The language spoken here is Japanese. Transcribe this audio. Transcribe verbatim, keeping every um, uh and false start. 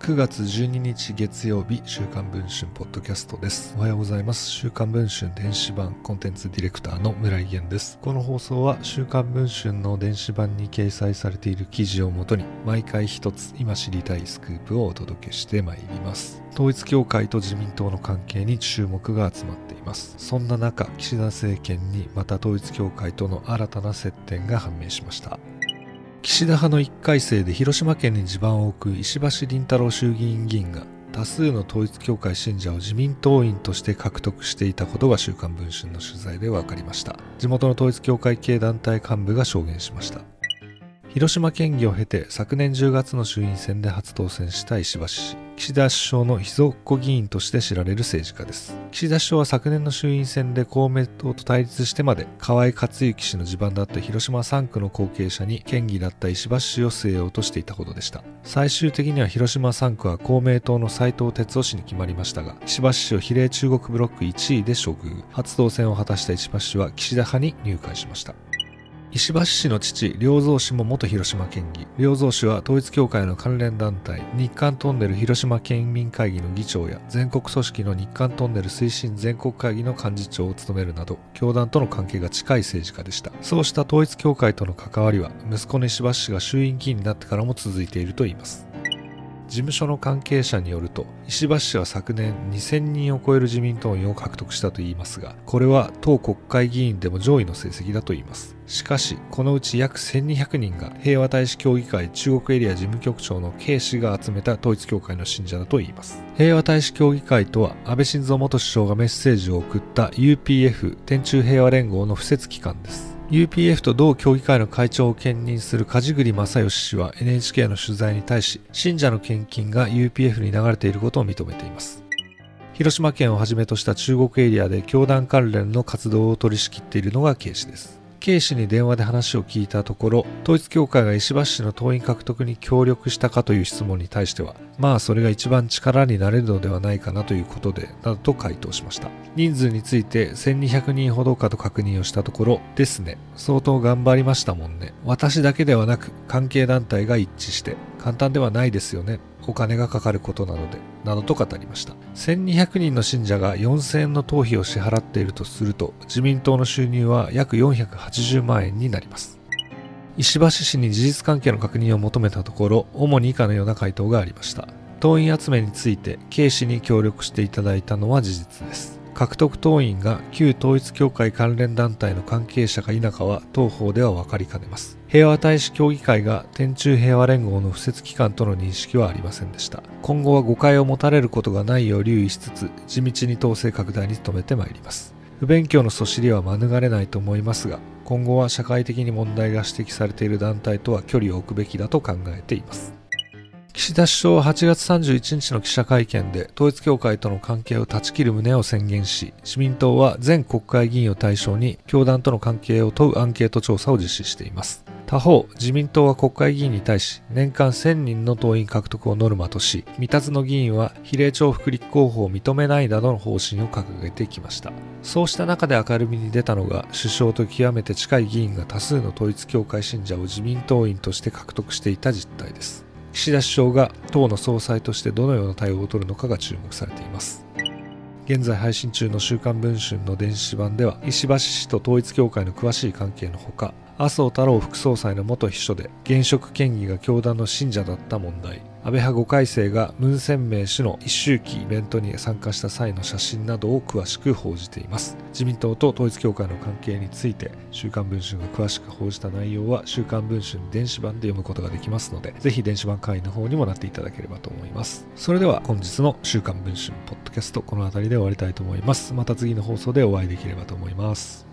くがつじゅうににち月曜日、週刊文春ポッドキャストです。おはようございます。週刊文春電子版コンテンツディレクターの村井源です。この放送は週刊文春の電子版に掲載されている記事をもとに毎回一つ今知りたいスクープをお届けしてまいります。統一教会と自民党の関係に注目が集まっています。そんな中、岸田政権にまた統一教会との新たな接点が判明しました。岸田派の一回生で広島県に地盤を置く石橋林太郎衆議院議員が多数の統一教会信者を自民党員として獲得していたことが週刊文春の取材で分かりました。地元の統一教会系団体幹部が証言しました。広島県議を経て昨年じゅうがつの衆院選で初当選した石橋氏、岸田首相の秘蔵っ子議員として知られる政治家です。岸田首相は昨年の衆院選で公明党と対立してまで河井克行氏の地盤だった広島さんくの後継者に県議だった石橋氏を据えようとしていたほどでした。最終的には広島さんくは公明党の斉藤鉄夫氏に決まりましたが、石橋氏を比例中国ブロックいちいで処遇。初当選を果たした石橋氏は岸田派に入会しました。石橋氏の父、良三氏も元広島県議。良三氏は統一教会の関連団体、日韓トンネル広島県民会議の議長や全国組織の日韓トンネル推進全国会議の幹事長を務めるなど、教団との関係が近い政治家でした。そうした統一教会との関わりは、息子の石橋氏が衆院議員になってからも続いているといいます。事務所の関係者によると、石橋氏は昨年にせんにんを超える自民党員を獲得したといいますが、これは党国会議員でも上位の成績だといいます。しかし、このうち約せんにひゃくにんが平和大使協議会中国エリア事務局長のK氏が集めた統一教会の信者だといいます。平和大使協議会とは、安倍晋三元首相がメッセージを送った ユーピーエフ 天中平和連合の敷設機関です。ユーピーエフ と同協議会の会長を兼任する梶栗正義氏は エヌエイチケー の取材に対し、信者の献金が ユーピーエフ に流れていることを認めています。広島県をはじめとした中国エリアで教団関連の活動を取り仕切っているのがK氏です。K氏に電話で話を聞いたところ、統一教会が石橋氏の党員獲得に協力したかという質問に対しては、まあそれが一番力になれるのではないかなということで、などと回答しました。人数についてせんにひゃくにんほどかと確認をしたところ、ですね、相当頑張りましたもんね。私だけではなく関係団体が一致して、簡単ではないですよね。お金がかかることなので、などと語りました。せんにひゃくにんの信者がよんせんえんの党費を支払っているとすると、自民党の収入は約よんひゃくはちじゅうまんえんになります。石橋氏に事実関係の確認を求めたところ、主に以下のような回答がありました。党員集めについて K 氏に協力していただいたのは事実です。獲得党員が旧統一教会関連団体の関係者か否かは当法では分かりかねます。平和大使協議会が天中平和連合の敷設機関との認識はありませんでした。今後は誤解を持たれることがないよう留意しつつ、地道に統制拡大に努めてまいります。不勉強のそしりは免れないと思いますが、今後は社会的に問題が指摘されている団体とは距離を置くべきだと考えています。岸田首相ははちがつさんじゅういちにちの記者会見で統一教会との関係を断ち切る旨を宣言し、自民党は全国会議員を対象に教団との関係を問うアンケート調査を実施しています。他方、自民党は国会議員に対し年間せんにんの党員獲得をノルマとし、未達の議員は比例重複立候補を認めないなどの方針を掲げてきました。そうした中で明るみに出たのが、首相と極めて近い議員が多数の統一教会信者を自民党員として獲得していた実態です。岸田首相が党の総裁としてどのような対応を取るのかが注目されています。現在配信中の週刊文春の電子版では、石橋氏と統一教会の詳しい関係のほか、麻生太郎副総裁の元秘書で現職県議が教団の信者だった問題、安倍派ごかい生が文鮮明氏の一周忌イベントに参加した際の写真などを詳しく報じています。自民党と統一教会の関係について週刊文春が詳しく報じた内容は週刊文春電子版で読むことができますので、ぜひ電子版会員の方にもなっていただければと思います。それでは本日の週刊文春ポッドキャスト、この辺りで終わりたいと思います。また次の放送でお会いできればと思います。